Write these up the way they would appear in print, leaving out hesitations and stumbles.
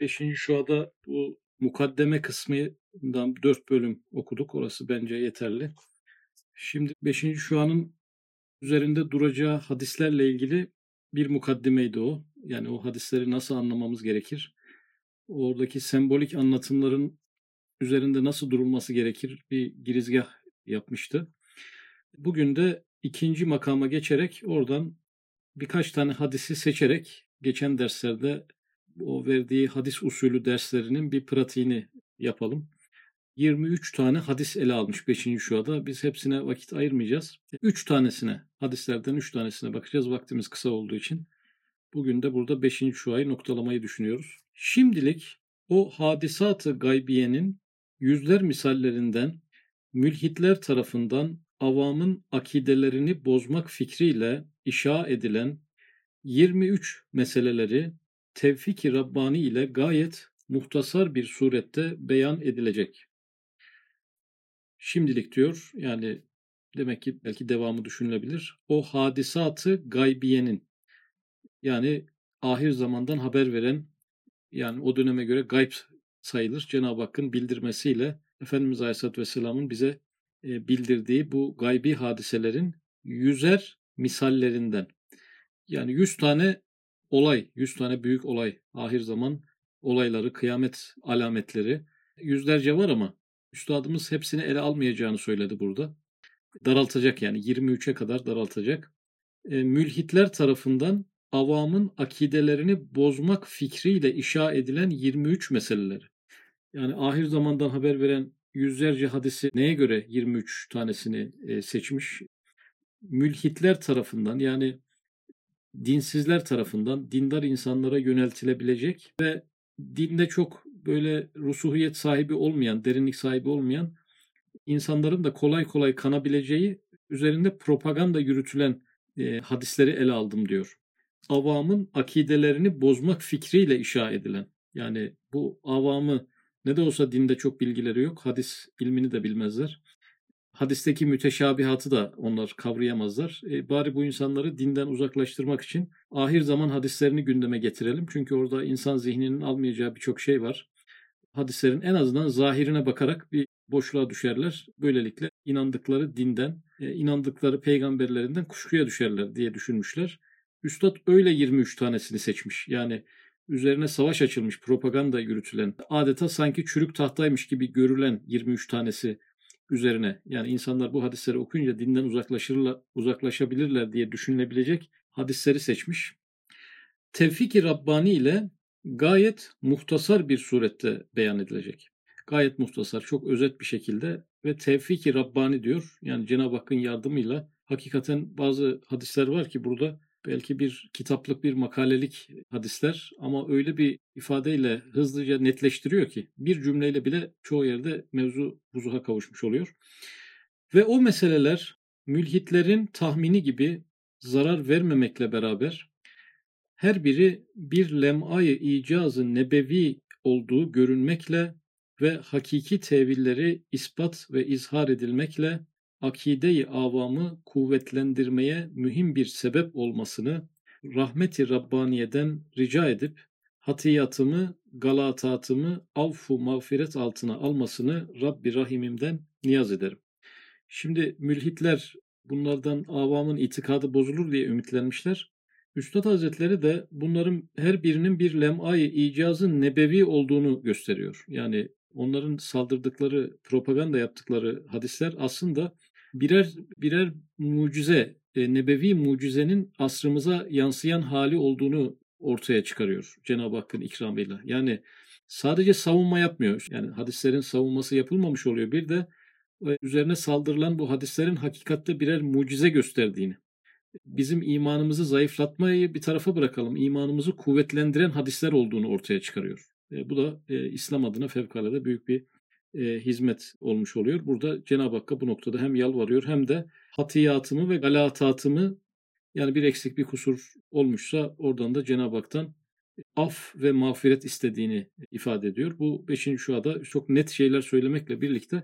5. şuada bu mukaddeme kısmından 4 bölüm okuduk. Orası bence yeterli. Şimdi 5. şuanın üzerinde duracağı hadislerle ilgili bir mukaddimeydi o. Yani o hadisleri nasıl anlamamız gerekir? Oradaki sembolik anlatımların üzerinde nasıl durulması gerekir? Bir girizgah yapmıştı. Bugün de ikinci makama geçerek oradan birkaç tane hadisi seçerek geçen derslerde o verdiği hadis usulü derslerinin bir pratiğini yapalım. 23 tane hadis ele almış 5. şuada. Biz hepsine vakit ayırmayacağız. 3 tanesine, hadislerden 3 tanesine bakacağız. Vaktimiz kısa olduğu için. Bugün de burada 5. şuayı noktalamayı düşünüyoruz. Şimdilik o hadisat-ı gaybiyenin yüzler misallerinden mülhitler tarafından avamın akidelerini bozmak fikriyle inşa edilen 23 meseleleri Tevfik-i Rabbani ile gayet muhtasar bir surette beyan edilecek. Şimdilik diyor, yani demek ki belki devamı düşünülebilir. O hadisatı gaybiyenin, yani ahir zamandan haber veren, yani o döneme göre gayb sayılır. Cenab-ı Hakk'ın bildirmesiyle Efendimiz Aleyhisselatü Vesselam'ın bize bildirdiği bu gaybi hadiselerin yüzer misallerinden. Yani 100 tane olay, 100 tane büyük olay, ahir zaman olayları, kıyamet alametleri yüzlerce var ama üstadımız hepsini ele almayacağını söyledi burada. Daraltacak, yani 23'e kadar daraltacak. Mülhitler tarafından avamın akidelerini bozmak fikriyle inşa edilen 23 meseleleri. Yani ahir zamandan haber veren yüzlerce hadisi neye göre 23 tanesini seçmiş? Mülhitler tarafından, yani dinsizler tarafından dindar insanlara yöneltilebilecek ve dinde çok böyle rusuhiyet sahibi olmayan, derinlik sahibi olmayan insanların da kolay kolay kanabileceği üzerinde propaganda yürütülen hadisleri ele aldım diyor. Avamın akidelerini bozmak fikriyle inşa edilen, yani bu avamı ne de olsa dinde çok bilgileri yok, hadis ilmini de bilmezler. Hadisteki müteşabihatı da onlar kavrayamazlar. Bari bu insanları dinden uzaklaştırmak için ahir zaman hadislerini gündeme getirelim. Çünkü orada insan zihninin almayacağı birçok şey var. Hadislerin en azından zahirine bakarak bir boşluğa düşerler. Böylelikle inandıkları dinden, inandıkları peygamberlerinden kuşkuya düşerler diye düşünmüşler. Üstad öyle 23 tanesini seçmiş. Yani üzerine savaş açılmış, propaganda yürütülen, adeta sanki çürük tahtaymış gibi görülen 23 tanesi üzerine, yani insanlar bu hadisleri okuyunca dinden uzaklaşabilirler diye düşünülebilecek hadisleri seçmiş. Tevfik-i Rabbani ile gayet muhtasar bir surette beyan edilecek. Gayet muhtasar, çok özet bir şekilde ve Tevfik-i Rabbani diyor. Yani Cenab-ı Hakk'ın yardımıyla hakikaten bazı hadisler var ki burada belki bir kitaplık, bir makalelik hadisler ama öyle bir ifadeyle hızlıca netleştiriyor ki bir cümleyle bile çoğu yerde mevzu vuzuha kavuşmuş oluyor. Ve o meseleler mülhitlerin tahmini gibi zarar vermemekle beraber her biri bir lem'ayı icazı nebevi olduğu görünmekle ve hakiki tevilleri ispat ve izhar edilmekle akide-i avamı kuvvetlendirmeye mühim bir sebep olmasını rahmeti Rabbaniye'den rica edip hatiyatımı, galatatımı affu mağfiret altına almasını Rabbi Rahim'imden niyaz ederim. Şimdi mülhitler bunlardan avamın itikadı bozulur diye ümitlenmişler. Üstad Hazretleri de bunların her birinin bir lem'ayı icazın nebevi olduğunu gösteriyor. Yani onların saldırdıkları, propaganda yaptıkları hadisler aslında birer birer mucize, nebevi mucizenin asrımıza yansıyan hali olduğunu ortaya çıkarıyor Cenab-ı Hakk'ın ikramıyla. Yani sadece savunma yapmıyor. Yani hadislerin savunması yapılmamış oluyor. Bir de üzerine saldırılan bu hadislerin hakikatte birer mucize gösterdiğini, bizim imanımızı zayıflatmayı bir tarafa bırakalım, imanımızı kuvvetlendiren hadisler olduğunu ortaya çıkarıyor. Bu da İslam adına fevkalade büyük bir hizmet olmuş oluyor. Burada Cenab-ı Hakk'a bu noktada hem yalvarıyor hem de hatiyatımı ve galatatımı, yani bir eksik bir kusur olmuşsa oradan da Cenab-ı Hak'tan af ve mağfiret istediğini ifade ediyor. Bu 5. şuada çok net şeyler söylemekle birlikte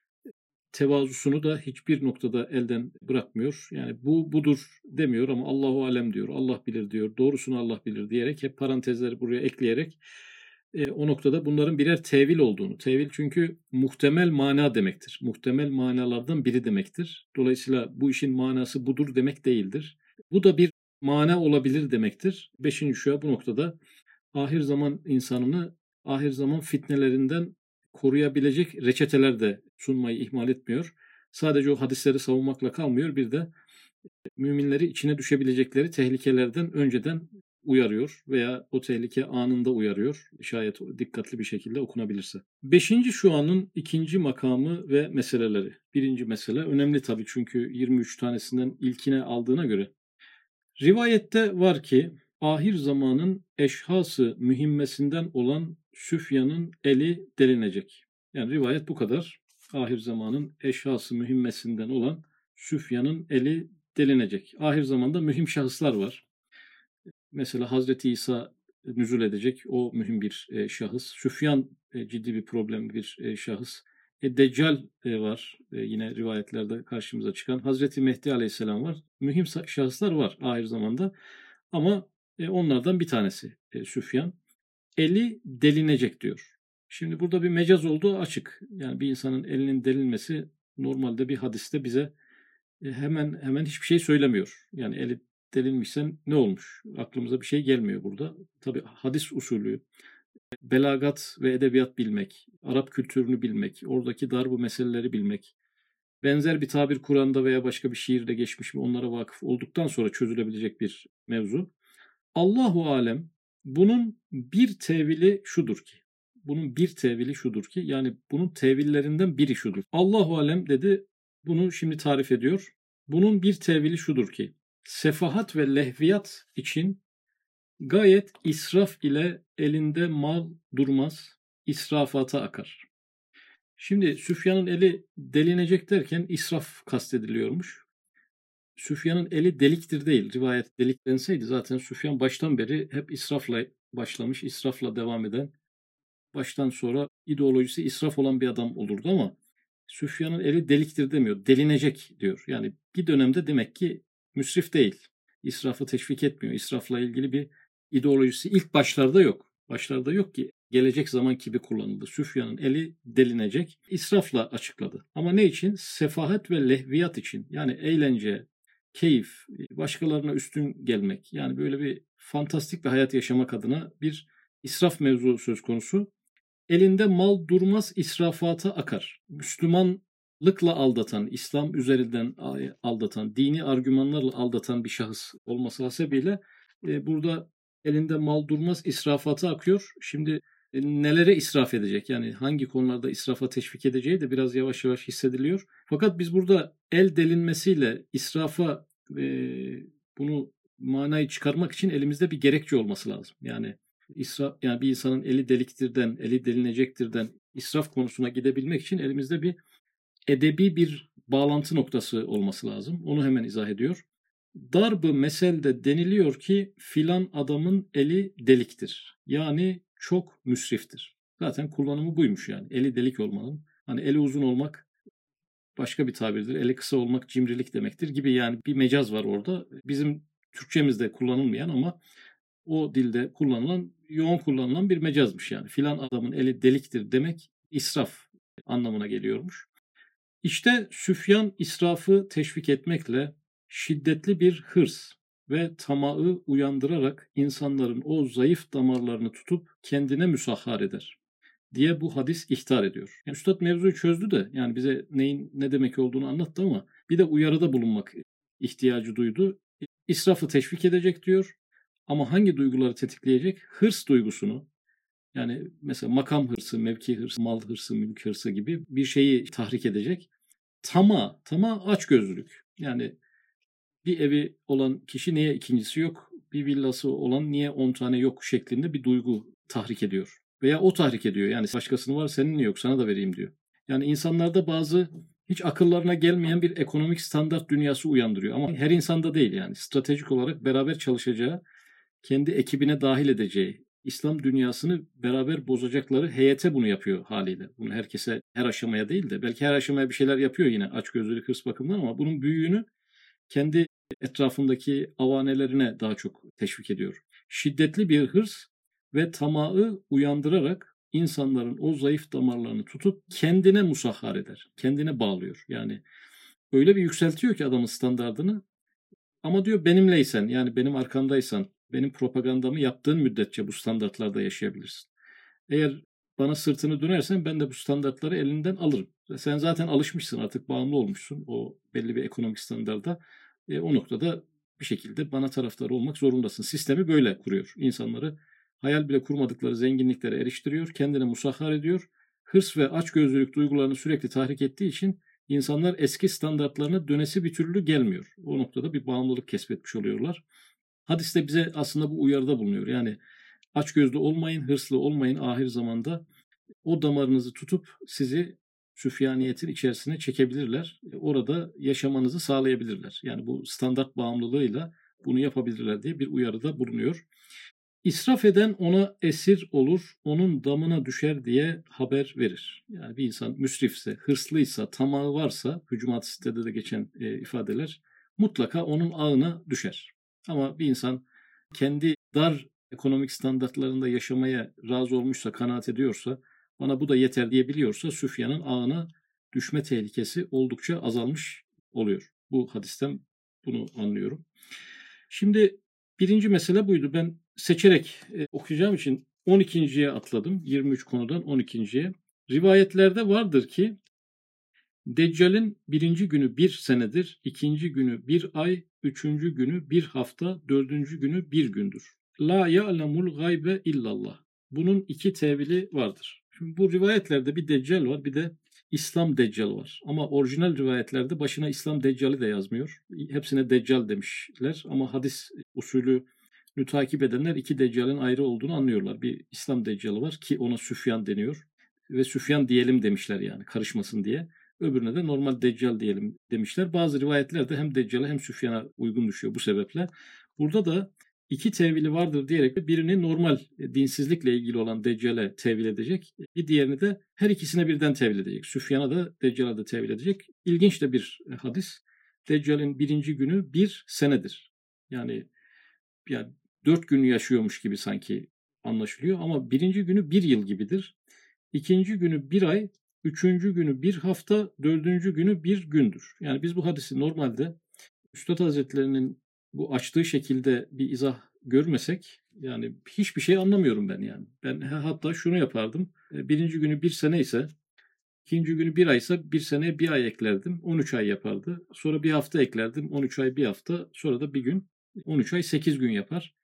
tevazusunu da hiçbir noktada elden bırakmıyor. Yani bu budur demiyor ama Allahu alem diyor, Allah bilir diyor, doğrusunu Allah bilir diyerek hep parantezleri buraya ekleyerek o noktada bunların birer tevil olduğunu. Tevil çünkü muhtemel mana demektir. Muhtemel manalardan biri demektir. Dolayısıyla bu işin manası budur demek değildir. Bu da bir mana olabilir demektir. 5. şua bu noktada ahir zaman insanını ahir zaman fitnelerinden koruyabilecek reçeteler de sunmayı ihmal etmiyor. Sadece o hadisleri savunmakla kalmıyor. Bir de müminleri içine düşebilecekleri tehlikelerden önceden uyarıyor veya o tehlike anında uyarıyor. Şayet dikkatli bir şekilde okunabilirse. 5. şuanın ikinci makamı ve meseleleri. Birinci mesele önemli tabii çünkü 23 tanesinden ilkine aldığına göre. Rivayette var ki ahir zamanın eşhası mühimmesinden olan Süfyan'ın eli delinecek. Yani rivayet bu kadar. Ahir zamanın eşhası mühimmesinden olan Süfyan'ın eli delinecek. Ahir zamanda mühim şahıslar var. Mesela Hazreti İsa nüzul edecek. O mühim bir şahıs. Süfyan ciddi bir problem bir şahıs. Deccal var. Yine rivayetlerde karşımıza çıkan. Hazreti Mehdi Aleyhisselam var. Mühim şahıslar var ahir zamanda. Ama onlardan bir tanesi Süfyan. Eli delinecek diyor. Şimdi burada bir mecaz olduğu açık. Yani bir insanın elinin delinmesi normalde bir hadiste bize hemen hiçbir şey söylemiyor. Yani eli delinmişsen ne olmuş? Aklımıza bir şey gelmiyor burada. Tabii hadis usulü, belagat ve edebiyat bilmek, Arap kültürünü bilmek, oradaki darbu meseleleri bilmek, benzer bir tabir Kur'an'da veya başka bir şiirde geçmiş mi onlara vakıf olduktan sonra çözülebilecek bir mevzu. Allahu alem bunun bir tevili şudur ki. Bunun bir tevili şudur ki yani bunun tevillerinden biri şudur. Allahu alem dedi bunu şimdi tarif ediyor. Bunun bir tevili şudur ki sefahat ve lehviyat için gayet israf ile elinde mal durmaz, israfata akar. Şimdi Süfyan'ın eli delinecek derken israf kastediliyormuş. Süfyan'ın eli deliktir değil. Rivayet deliklenseydi zaten Süfyan baştan beri hep israfla başlamış, israfla devam eden, baştan sonra ideolojisi israf olan bir adam olurdu ama Süfyan'ın eli deliktir demiyor, delinecek diyor. Yani bir dönemde demek ki müsrif değil. İsrafı teşvik etmiyor. İsrafla ilgili bir ideolojisi ilk başlarda yok. Başlarda yok ki gelecek zaman gibi kullanıldı. Süfyan'ın eli delinecek. İsrafla açıkladı. Ama ne için? Sefahet ve lehviyat için. Yani eğlence, keyif, başkalarına üstün gelmek. Yani böyle bir fantastik bir hayat yaşamak adına bir israf mevzu söz konusu. Elinde mal durmaz israfata akar. Müslümanlıkla aldatan, İslam üzerinden aldatan, dini argümanlarla aldatan bir şahıs olması hasebiyle burada elinde mal durmaz israfata akıyor. Şimdi nelere israf edecek? Yani hangi konularda israfa teşvik edeceği de biraz yavaş yavaş hissediliyor. Fakat biz burada el delinmesiyle israfa bunu manayı çıkarmak için elimizde bir gerekçe olması lazım. Yani yani bir insanın eli deliktirden, eli delinecektirden israf konusuna gidebilmek için elimizde bir edebi bir bağlantı noktası olması lazım. Onu hemen izah ediyor. Darb-ı meselde deniliyor ki filan adamın eli deliktir. Yani çok müsriftir. Zaten kullanımı buymuş yani. Eli delik olmanın. Hani eli uzun olmak başka bir tabirdir. Eli kısa olmak cimrilik demektir gibi yani bir mecaz var orada. Bizim Türkçemizde kullanılmayan ama o dilde kullanılan, yoğun kullanılan bir mecazmış yani. Filan adamın eli deliktir demek israf anlamına geliyormuş. İşte Süfyan israfı teşvik etmekle şiddetli bir hırs ve tamağı uyandırarak insanların o zayıf damarlarını tutup kendine müsahhar eder diye bu hadis ihtar ediyor. Yani Üstad mevzuyu çözdü de yani bize neyin ne demek olduğunu anlattı ama bir de uyarıda bulunmak ihtiyacı duydu. İsrafı teşvik edecek diyor. Ama hangi duyguları tetikleyecek? Hırs duygusunu. Yani mesela makam hırsı, mevki hırsı, mal hırsı, mülk hırsı gibi bir şeyi tahrik edecek. Açgözlülük. Yani bir evi olan kişi niye ikincisi yok? Bir villası olan niye 10 tane yok şeklinde bir duygu tahrik ediyor. Veya o tahrik ediyor. Yani başkasının var senin niye yok sana da vereyim diyor. Yani insanlarda bazı hiç akıllarına gelmeyen bir ekonomik standart dünyası uyandırıyor. Ama her insanda değil yani. Stratejik olarak beraber çalışacağı, kendi ekibine dahil edeceği, İslam dünyasını beraber bozacakları heyete bunu yapıyor haliyle. Bunu herkese her aşamaya değil de belki her aşamaya bir şeyler yapıyor yine açgözlülük hırs bakımından ama bunun büyüğünü kendi etrafındaki avanelerine daha çok teşvik ediyor. Şiddetli bir hırs ve tamağı uyandırarak insanların o zayıf damarlarını tutup kendine musahhar eder. Kendine bağlıyor. Yani öyle bir yükseltiyor ki adamın standardını. Ama diyor benimleysen, yani benim arkamdaysan, benim propagandamı yaptığın müddetçe bu standartlarda yaşayabilirsin. Eğer bana sırtını dönersen ben de bu standartları elinden alırım. Sen zaten alışmışsın, artık bağımlı olmuşsun o belli bir ekonomik standarda. O noktada bir şekilde bana taraftar olmak zorundasın. Sistemi böyle kuruyor. İnsanları hayal bile kurmadıkları zenginliklere eriştiriyor, kendine musahhar ediyor. Hırs ve açgözlülük duygularını sürekli tahrik ettiği için insanlar eski standartlarına dönesi bir türlü gelmiyor. O noktada bir bağımlılık kesbetmiş oluyorlar. Hadis de bize aslında bu uyarıda bulunuyor. Yani açgözlü olmayın, hırslı olmayın, ahir zamanda o damarınızı tutup sizi süfyaniyetin içerisine çekebilirler. Orada yaşamanızı sağlayabilirler. Yani bu standart bağımlılığıyla bunu yapabilirler diye bir uyarıda bulunuyor. İsraf eden ona esir olur, onun damına düşer diye haber verir. Yani bir insan müsrifse, hırslıysa, tamağı varsa, Hücumat-ı Sitte'de de geçen ifadeler, mutlaka onun ağına düşer. Ama bir insan kendi dar ekonomik standartlarında yaşamaya razı olmuşsa, kanaat ediyorsa, bana bu da yeter diyebiliyorsa, Süfyan'ın ağına düşme tehlikesi oldukça azalmış oluyor. Bu hadisten bunu anlıyorum. Şimdi birinci mesele buydu. Ben seçerek okuyacağım için 12.'ye atladım. 23 konudan 12.'ye. Rivayetlerde vardır ki Deccal'in birinci günü bir senedir, ikinci günü bir ay, üçüncü günü bir hafta, dördüncü günü bir gündür. La ya'lemul gaybe illallah. Bunun iki tevili vardır. Şimdi bu rivayetlerde bir Deccal var, bir de İslam Deccal var. Ama orijinal rivayetlerde başına İslam Deccali de yazmıyor. Hepsine Deccal demişler ama hadis usulü takip edenler iki Deccal'in ayrı olduğunu anlıyorlar. Bir İslam Deccali var ki ona Süfyan deniyor ve Süfyan diyelim demişler, yani karışmasın diye. Öbürüne de normal Deccal diyelim demişler. Bazı rivayetlerde hem Deccal'e hem Süfyan'a uygun düşüyor bu sebeple. Burada da iki tevili vardır diyerek birini normal dinsizlikle ilgili olan Deccal'e tevil edecek. Bir diğerini de her ikisine birden tevil edecek. Süfyan'a da Deccal'a da tevil edecek. İlginç de bir hadis. Deccal'in birinci günü bir senedir. Yani 4 gün yaşıyormuş gibi sanki anlaşılıyor ama birinci günü bir yıl gibidir. İkinci günü bir ay, üçüncü günü bir hafta, dördüncü günü bir gündür. Yani biz bu hadisi normalde Üstad Hazretleri'nin bu açtığı şekilde bir izah görmesek, yani hiçbir şey anlamıyorum ben yani. Ben hatta şunu yapardım. Birinci günü bir sene ise, ikinci günü bir ay ise bir seneye bir ay eklerdim. 13 ay yapardı. Sonra bir hafta eklerdim. 13 ay bir hafta. Sonra da bir gün. 13 ay 8 gün yapar.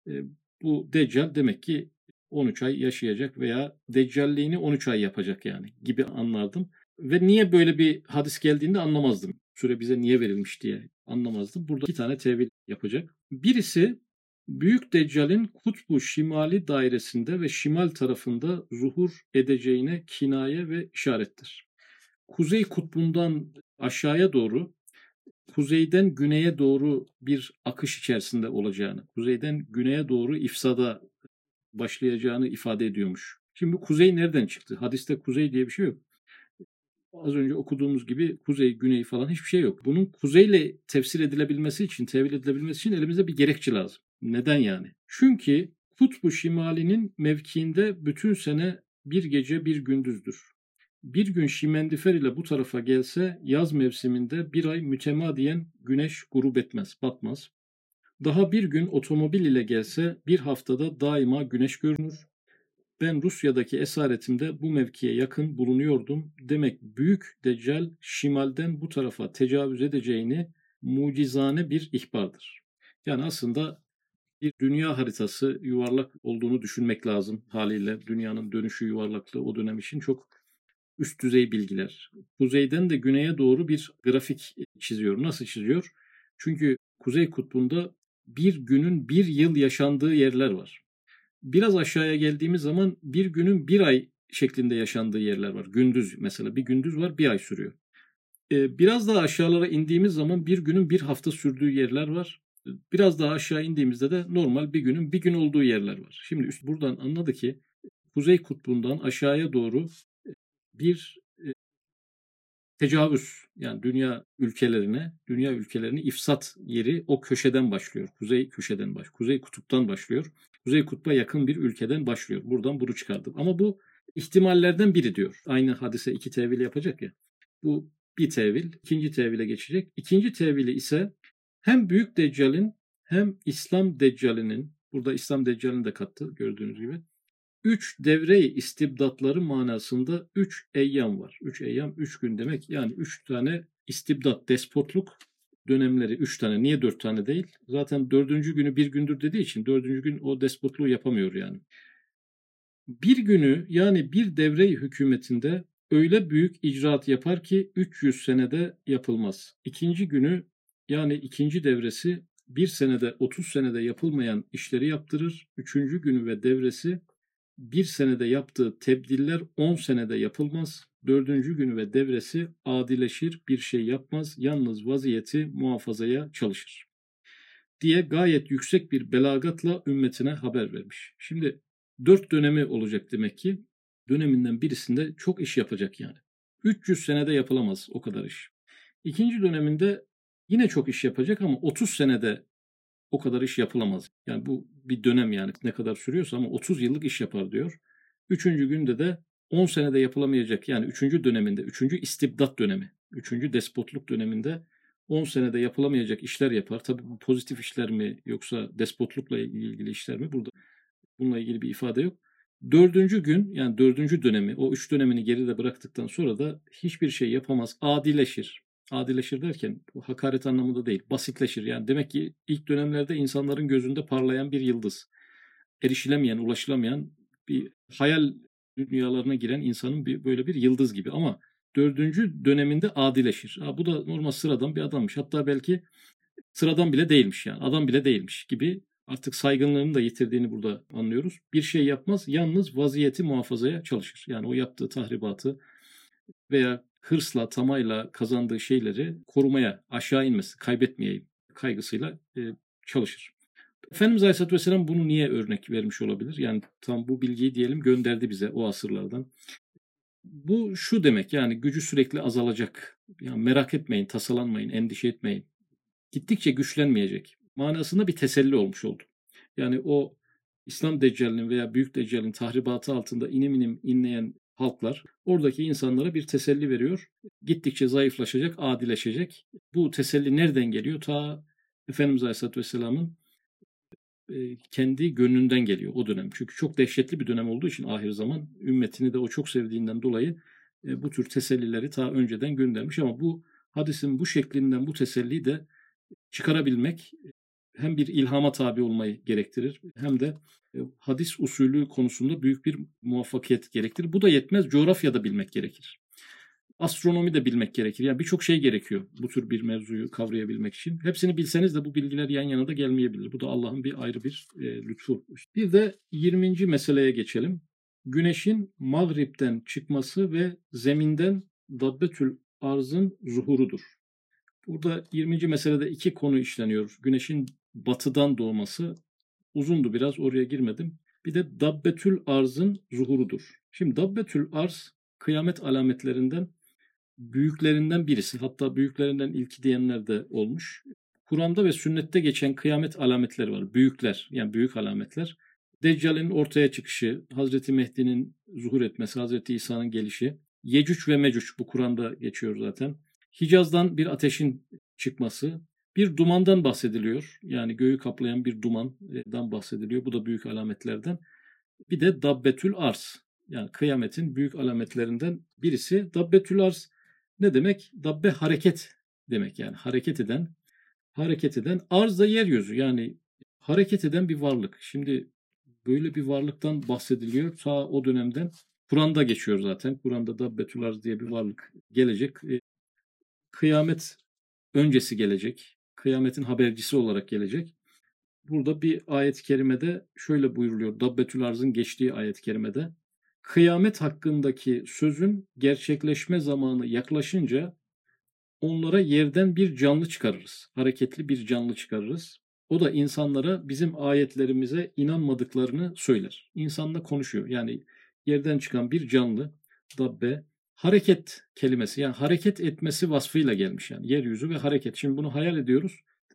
Bu Deccal demek ki 13 ay yaşayacak veya Deccalliğini 13 ay yapacak yani gibi anlardım. Ve niye böyle bir hadis geldiğinde anlamazdım. Süre bize niye verilmiş diye anlamazdım. Burada iki tane tevil yapacak. Birisi Büyük Deccal'in kutbu şimali dairesinde ve şimal tarafında zuhur edeceğine kinaye ve işarettir. Kuzey kutbundan aşağıya doğru, kuzeyden güneye doğru bir akış içerisinde olacağını, kuzeyden güneye doğru ifsada başlayacağını ifade ediyormuş. Şimdi bu kuzey nereden çıktı? Hadiste kuzey diye bir şey yok. Az önce okuduğumuz gibi kuzey, güney falan hiçbir şey yok. Bunun kuzeyle tefsir edilebilmesi için, tevil edilebilmesi için elimizde bir gerekçe lazım. Neden yani? Çünkü kutbu şimalinin mevkiinde bütün sene bir gece bir gündüzdür. Bir gün şimendifer ile bu tarafa gelse yaz mevsiminde bir ay mütemadiyen güneş grup etmez, batmaz. Daha bir gün otomobil ile gelse bir haftada daima güneş görünür. Ben Rusya'daki esaretimde bu mevkiye yakın bulunuyordum. Demek Büyük Deccal şimalden bu tarafa tecavüz edeceğini mucizane bir ihbardır. Yani aslında bir dünya haritası yuvarlak olduğunu düşünmek lazım haliyle. Dünyanın dönüşü yuvarlaklığı o dönem için çok üst düzey bilgiler. Kuzeyden de güneye doğru bir grafik çiziyor. Nasıl çiziyor? Çünkü Kuzey Kutbu'nda bir günün bir yıl yaşandığı yerler var. Biraz aşağıya geldiğimiz zaman bir günün bir ay şeklinde yaşandığı yerler var. Gündüz mesela bir gündüz var, bir ay sürüyor. Biraz daha aşağılara indiğimiz zaman bir günün bir hafta sürdüğü yerler var. Biraz daha aşağı indiğimizde de normal bir günün bir gün olduğu yerler var. Şimdi buradan anladı ki Kuzey Kutbu'ndan aşağıya doğru bir tecavüz, yani dünya ülkelerini ifsat yeri o köşeden başlıyor. Kuzey kutuptan başlıyor. Kuzey kutba yakın bir ülkeden başlıyor. Buradan bunu çıkardım. Ama bu ihtimallerden biri diyor. Aynı hadise iki tevil yapacak ya. Bu bir tevil, ikinci tevile geçecek. İkinci tevili ise hem Büyük Deccal'in hem İslam Deccal'inin, burada İslam Deccal'ini de kattı gördüğünüz gibi. 3 devre-i istibdatları manasında 3 eyyam var. 3 eyyam 3 gün demek. Yani 3 tane istibdat, despotluk dönemleri 3 tane. Niye 4 tane değil? Zaten 4. günü bir gündür dediği için 4. gün o despotluğu yapamıyor yani. Bir günü, yani bir devre-i hükümetinde öyle büyük icraat yapar ki 300 senede yapılmaz. İkinci günü, yani ikinci devresi bir senede 30 senede yapılmayan işleri yaptırır. Üçüncü günü ve devresi bir senede yaptığı tebdiller 10 senede yapılmaz. Dördüncü günü ve devresi adileşir, bir şey yapmaz, yalnız vaziyeti muhafazaya çalışır diye gayet yüksek bir belagatla ümmetine haber vermiş. Şimdi 4 dönemi olacak demek ki. Döneminden birisinde çok iş yapacak yani. 300 senede yapılamaz o kadar iş. İkinci döneminde yine çok iş yapacak ama 30 senede o kadar iş yapılamaz. Yani bu bir dönem, yani ne kadar sürüyorsa, ama 30 yıllık iş yapar diyor. Üçüncü günde de 10 senede yapılamayacak, yani üçüncü döneminde, üçüncü istibdat dönemi, üçüncü despotluk döneminde 10 senede yapılamayacak işler yapar. Tabii bu pozitif işler mi yoksa despotlukla ilgili işler mi? Burada bununla ilgili bir ifade yok. Dördüncü gün, yani dördüncü dönemi, o üç dönemini geride bıraktıktan sonra da hiçbir şey yapamaz. Adileşir. Adileşir derken bu hakaret anlamında değil, basitleşir. Yani demek ki ilk dönemlerde insanların gözünde parlayan bir yıldız. Erişilemeyen, ulaşılamayan bir hayal dünyalarına giren insanın böyle bir yıldız gibi. Ama dördüncü döneminde adileşir. Bu da normal sıradan bir adammış. Hatta belki sıradan bile değilmiş yani. Adam bile değilmiş gibi, artık saygınlığını da yitirdiğini burada anlıyoruz. Bir şey yapmaz, yalnız vaziyeti muhafazaya çalışır. Yani o yaptığı tahribatı veya hırsla, tamayla kazandığı şeyleri korumaya, aşağı inmesi, kaybetmeyeyim kaygısıyla çalışır. Efendimiz Aleyhisselatü Vesselam bunu niye örnek vermiş olabilir? Yani tam bu bilgiyi diyelim gönderdi bize o asırlardan. Bu şu demek, yani gücü sürekli azalacak. Yani merak etmeyin, tasalanmayın, endişe etmeyin. Gittikçe güçlenmeyecek manasında bir teselli olmuş oldu. Yani o İslam Deccal'inin veya Büyük Deccal'in tahribatı altında inim inim inleyen halklar oradaki insanlara bir teselli veriyor. Gittikçe zayıflaşacak, adileşecek. Bu teselli nereden geliyor? Ta Efendimiz Aleyhisselatü Vesselam'ın kendi gönlünden geliyor o dönem. Çünkü çok dehşetli bir dönem olduğu için ahir zaman, ümmetini de o çok sevdiğinden dolayı bu tür tesellileri ta önceden göndermiş. Ama bu hadisin bu şeklinden bu teselliyi de çıkarabilmek hem bir ilhama tabi olmayı gerektirir hem de hadis usulü konusunda büyük bir muvaffakiyet gerektirir. Bu da yetmez, coğrafya da bilmek gerekir. Astronomi de bilmek gerekir. Yani birçok şey gerekiyor bu tür bir mevzuyu kavrayabilmek için. Hepsini bilseniz de bu bilgiler yan yana da gelmeyebilir. Bu da Allah'ın bir ayrı bir lütfu. Bir de 20. meseleye geçelim. Güneşin mağripten çıkması ve zeminden Dabbetül Arz'ın zuhurudur. Burada 20. meselede iki konu işleniyor. Güneşin batıdan doğması uzundu biraz, oraya girmedim. Bir de Dabbetül Arz'ın zuhurudur. Şimdi Dabbetül Arz kıyamet alametlerinden büyüklerinden birisi. Hatta büyüklerinden ilki diyenler de olmuş. Kur'an'da ve sünnette geçen kıyamet alametleri var. Büyükler, yani büyük alametler. Deccal'in ortaya çıkışı, Hazreti Mehdi'nin zuhur etmesi, Hazreti İsa'nın gelişi. Yecüc ve Mecüc, bu Kur'an'da geçiyor zaten. Hicaz'dan bir ateşin çıkması, bir dumandan bahsediliyor. Yani göğü kaplayan bir dumandan bahsediliyor. Bu da büyük alametlerden. Bir de Dabbetül Arz, yani kıyametin büyük alametlerinden birisi. Dabbetül Arz ne demek? Dabbe hareket demek, yani hareket eden, arz da yeryüzü, yani hareket eden bir varlık. Şimdi böyle bir varlıktan bahsediliyor ta o dönemden. Kur'an'da geçiyor zaten. Kur'an'da Dabbetül Arz diye bir varlık gelecek. Kıyamet öncesi gelecek. Kıyametin habercisi olarak gelecek. Burada bir ayet-i kerimede şöyle buyuruluyor. Dabbetül Arz'ın geçtiği ayet-i kerimede. Kıyamet hakkındaki sözün gerçekleşme zamanı yaklaşınca onlara yerden bir canlı çıkarırız. Hareketli bir canlı çıkarırız. O da insanlara bizim ayetlerimize inanmadıklarını söyler. İnsanla konuşuyor. Yani yerden çıkan bir canlı, dabbe, hareket kelimesi, yani hareket etmesi vasfıyla gelmiş yani yeryüzü ve hareket. Şimdi bunu hayal ediyoruz.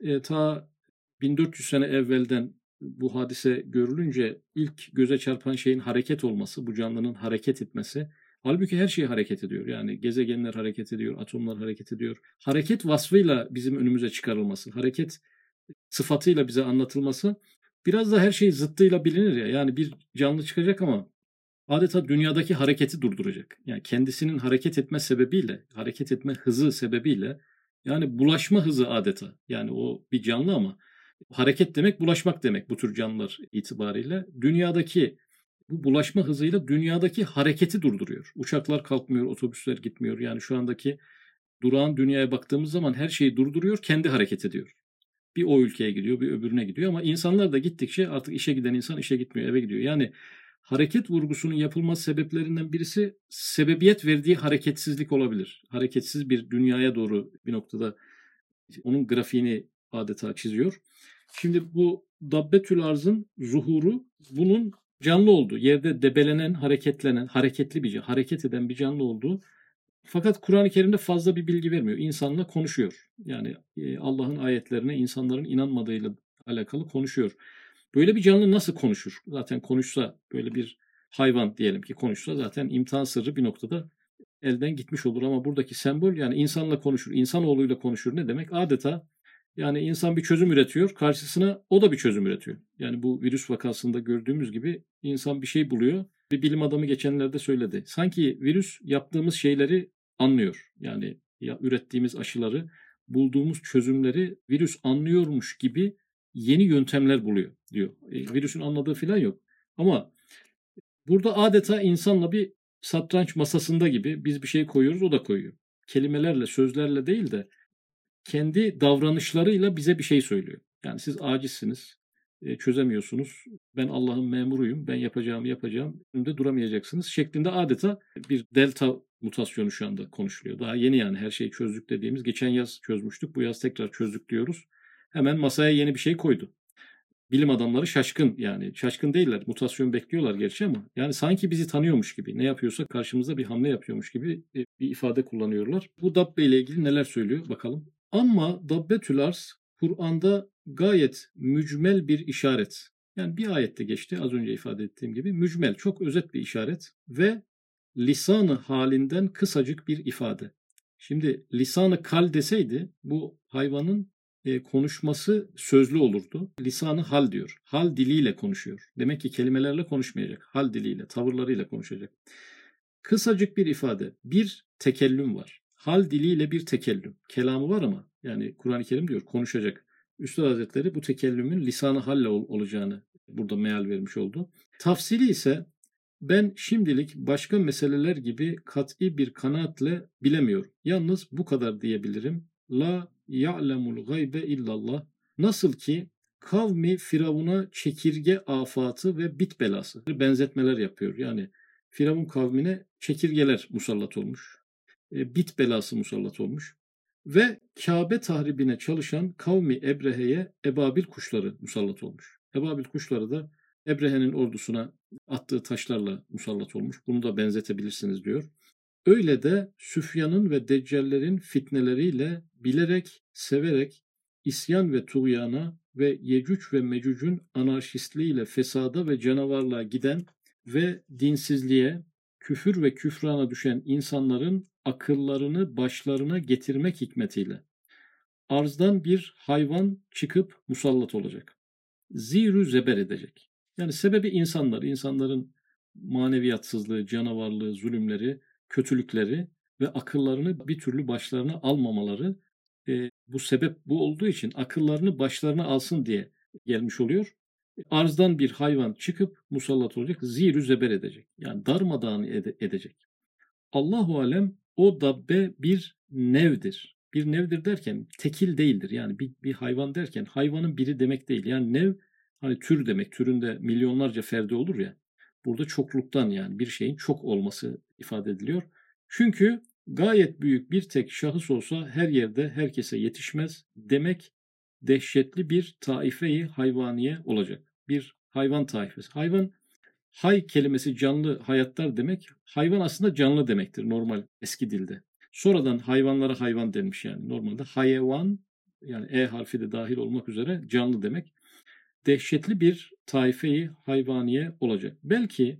Ta 1400 sene evvelden bu hadise görülünce ilk göze çarpan şeyin hareket olması, bu canlının hareket etmesi. Halbuki her şey hareket ediyor. Yani gezegenler hareket ediyor, atomlar hareket ediyor. Hareket vasfıyla bizim önümüze çıkarılması, hareket sıfatıyla bize anlatılması, biraz da her şey zıttıyla bilinir ya. Yani bir canlı çıkacak ama adeta dünyadaki hareketi durduracak. Yani kendisinin hareket etme sebebiyle, hareket etme hızı sebebiyle, yani bulaşma hızı adeta. Yani o bir canlı ama hareket demek bulaşmak demek bu tür canlılar itibariyle. Dünyadaki bu bulaşma hızıyla dünyadaki hareketi durduruyor. Uçaklar kalkmıyor, otobüsler gitmiyor. Yani şu andaki durağan dünyaya baktığımız zaman her şeyi durduruyor, kendi hareket ediyor. Bir o ülkeye gidiyor, bir öbürüne gidiyor ama insanlar da gittikçe artık işe giden insan işe gitmiyor, eve gidiyor. Yani hareket vurgusunun yapılması sebeplerinden birisi sebebiyet verdiği hareketsizlik olabilir. Hareketsiz bir dünyaya doğru bir noktada onun grafiğini adeta çiziyor. Şimdi bu Dabbetül Arz'ın zuhuru bunun canlı olduğu, yerde debelenen, hareketlenen, hareketli bir hareket eden bir canlı olduğu. Fakat Kur'an-ı Kerim'de fazla bir bilgi vermiyor. İnsanla konuşuyor. Yani Allah'ın ayetlerine insanların inanmadığıyla alakalı konuşuyor. Böyle bir canlı nasıl konuşur? Zaten konuşsa, böyle bir hayvan diyelim ki konuşsa zaten imtihan sırrı bir noktada elden gitmiş olur. Ama buradaki sembol, yani insanla konuşur, insanoğluyla konuşur ne demek? Adeta yani insan bir çözüm üretiyor, karşısına o da bir çözüm üretiyor. Yani bu virüs vakasında gördüğümüz gibi insan bir şey buluyor. Bir bilim adamı geçenlerde söyledi. Sanki virüs yaptığımız şeyleri anlıyor. Yani ya ürettiğimiz aşıları, bulduğumuz çözümleri virüs anlıyormuş gibi yeni yöntemler buluyor diyor. Virüsün anladığı falan yok. Ama burada adeta insanla bir satranç masasında gibi biz bir şey koyuyoruz, o da koyuyor. Kelimelerle, sözlerle değil de kendi davranışlarıyla bize bir şey söylüyor. Yani siz acizsiniz, çözemiyorsunuz. Ben Allah'ın memuruyum, ben yapacağımı yapacağım, önünde duramayacaksınız şeklinde adeta bir delta mutasyonu şu anda konuşuluyor. Daha yeni, yani her şeyi çözdük dediğimiz, geçen yaz çözmüştük, bu yaz tekrar çözdük diyoruz. Hemen masaya yeni bir şey koydu. Bilim adamları şaşkın, yani şaşkın değiller, mutasyon bekliyorlar gerçi ama yani sanki bizi tanıyormuş gibi, ne yapıyorsa karşımızda bir hamle yapıyormuş gibi bir ifade kullanıyorlar. Bu Dabbe ile ilgili neler söylüyor bakalım. Ama Dabbetül Arz Kur'an'da gayet mücmel bir işaret. Yani bir ayette geçti, az önce ifade ettiğim gibi mücmel, çok özet bir işaret ve lisanı halinden kısacık bir ifade. Şimdi lisanı kal deseydi bu hayvanın konuşması sözlü olurdu. Lisanı hal diyor. Hal diliyle konuşuyor. Demek ki kelimelerle konuşmayacak. Hal diliyle, tavırlarıyla konuşacak. Kısacık bir ifade. Bir tekellüm var. Hal diliyle bir tekellüm. Kelamı var ama yani Kur'an-ı Kerim diyor konuşacak. Üstad Hazretleri bu tekellümün lisanı halle olacağını burada meal vermiş oldu. Tafsili ise ben şimdilik başka meseleler gibi kat'i bir kanaatle bilemiyorum. Yalnız bu kadar diyebilirim. La ya'lemul gaybe illallah. Nasıl ki kavmi Firavun'a çekirge afatı ve bit belası benzetmeler yapıyor. Yani Firavun kavmine çekirgeler musallat olmuş. Bit belası musallat olmuş. Ve Kabe tahribine çalışan kavmi Ebrehe'ye ebabil kuşları musallat olmuş. Ebabil kuşları da Ebrehe'nin ordusuna attığı taşlarla musallat olmuş. Bunu da benzetebilirsiniz diyor. Öyle de Süfyan'ın ve Deccallerin fitneleriyle bilerek, severek isyan ve tuğyana ve Yecüc ve Mecüc'ün anarşistliğiyle fesada ve canavarlığa giden ve dinsizliğe, küfür ve küfrana düşen insanların akıllarını başlarına getirmek hikmetiyle arzdan bir hayvan çıkıp musallat olacak. Zirü zeber edecek. Yani sebebi insanlar, insanların maneviyatsızlığı, canavarlığı, zulümleri, kötülükleri ve akıllarını bir türlü başlarına almamaları, bu sebep bu olduğu için akıllarını başlarına alsın diye gelmiş oluyor. Arzdan bir hayvan çıkıp musallat olacak, zirü zeber edecek. Yani darmadağın edecek. Allahu alem o dabbe bir nevdir. Bir nevdir derken tekil değildir. Yani bir hayvan derken hayvanın biri demek değil. Yani nev hani tür demek. Türünde milyonlarca ferdi olur ya. Burada çokluktan, yani bir şeyin çok olması ifade ediliyor. Çünkü gayet büyük bir tek şahıs olsa her yerde herkese yetişmez demek dehşetli bir taife-i hayvaniye olacak. Bir hayvan taifesi. Hayvan Hay kelimesi canlı, hayatlar demek. Hayvan aslında canlı demektir normal eski dilde. Sonradan hayvanlara hayvan denmiş yani. Normalde hayvan, yani E harfi de dahil olmak üzere canlı demek. Dehşetli bir taife-i hayvaniye olacak. Belki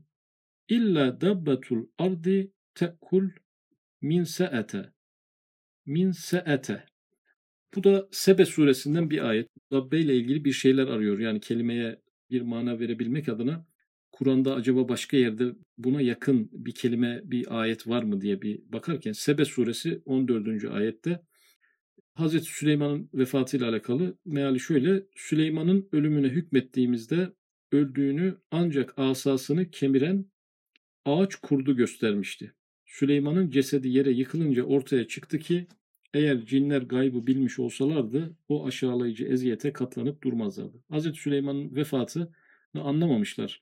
illa dabbetul ardi te'kul min se'ete. Min se'ete. Bu da Sebe suresinden bir ayet. Dabbe ile ilgili bir şeyler arıyor. Yani kelimeye bir mana verebilmek adına Kur'an'da acaba başka yerde buna yakın bir kelime, bir ayet var mı diye bir bakarken Sebe suresi 14. ayette Hazreti Süleyman'ın vefatıyla alakalı meali şöyle: Süleyman'ın ölümüne hükmettiğimizde öldüğünü ancak asasını kemiren ağaç kurdu göstermişti. Süleyman'ın cesedi yere yıkılınca ortaya çıktı ki eğer cinler gaybı bilmiş olsalardı o aşağılayıcı eziyete katlanıp durmazlardı. Hazreti Süleyman'ın vefatını anlamamışlar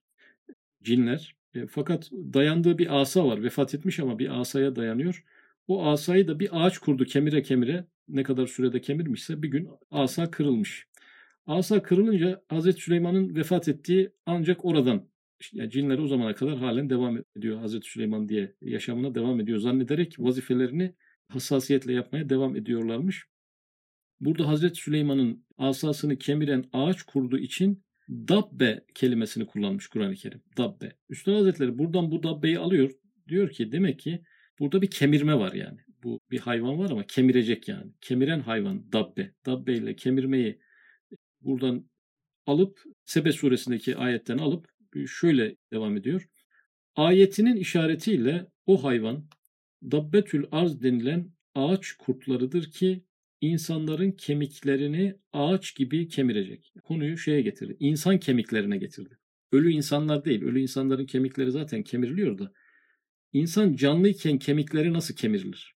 cinler. Fakat dayandığı bir asa var. Vefat etmiş ama bir asaya dayanıyor. O asayı da bir ağaç kurdu kemire kemire, ne kadar sürede kemirmişse bir gün asa kırılmış. Asa kırılınca Hazreti Süleyman'ın vefat ettiği ancak oradan, yani cinler o zamana kadar halen devam ediyor Hazreti Süleyman diye yaşamına devam ediyor zannederek vazifelerini hassasiyetle yapmaya devam ediyorlarmış. Burada Hazreti Süleyman'ın asasını kemiren ağaç kurdu için dabbe kelimesini kullanmış Kur'an-ı Kerim. Dabbe. Üstad Hazretleri buradan bu dabbeyi alıyor. Diyor ki demek ki burada bir kemirme var yani. Bu bir hayvan var ama kemirecek yani. Kemiren hayvan dabbe. Dabbe ile kemirmeyi buradan alıp Sebe suresindeki ayetten alıp şöyle devam ediyor. Ayetinin işaretiyle o hayvan Dabbetül arz denilen ağaç kurtlarıdır ki insanların kemiklerini ağaç gibi kemirecek. Konuyu şeye getirdi. İnsan kemiklerine getirdi. Ölü insanlar değil. Ölü insanların kemikleri zaten kemiriliyor da İnsan canlıyken kemikleri nasıl kemirilir?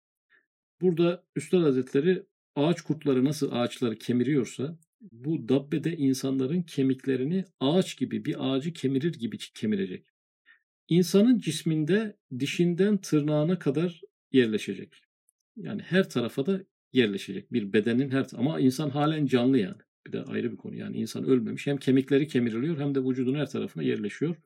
Burada Üstad Hazretleri ağaç kurtları nasıl ağaçları kemiriyorsa bu dabbe de insanların kemiklerini ağaç gibi, bir ağacı kemirir gibi kemirecek. İnsanın cisminde dişinden tırnağına kadar yerleşecek. Yani her tarafa da yerleşecek. Bir bedenin ama insan halen canlı yani. Bir de ayrı bir konu. Yani insan ölmemiş. Hem kemikleri kemiriliyor hem de vücudun her tarafına yerleşiyor.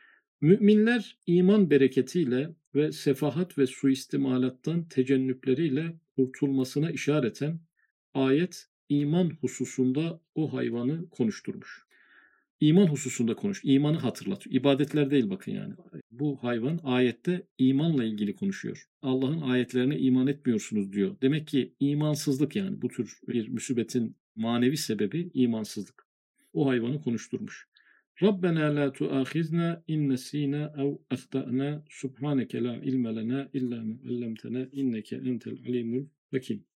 Müminler iman bereketiyle ve sefahat ve suistimalattan tecennüpleriyle kurtulmasına işareten ayet iman hususunda o hayvanı konuşturmuş. İman hususunda konuş. İmanı hatırlatıyor. İbadetler değil bakın yani. Bu hayvan ayette imanla ilgili konuşuyor. Allah'ın ayetlerine iman etmiyorsunuz diyor. Demek ki imansızlık, yani bu tür bir musibetin manevi sebebi imansızlık. O hayvanı konuşturmuş. Rabbena la tuahizna in nesina ev ahtana subhaneke la ilme lena illa ma allamtana inneke entel alimul hakim.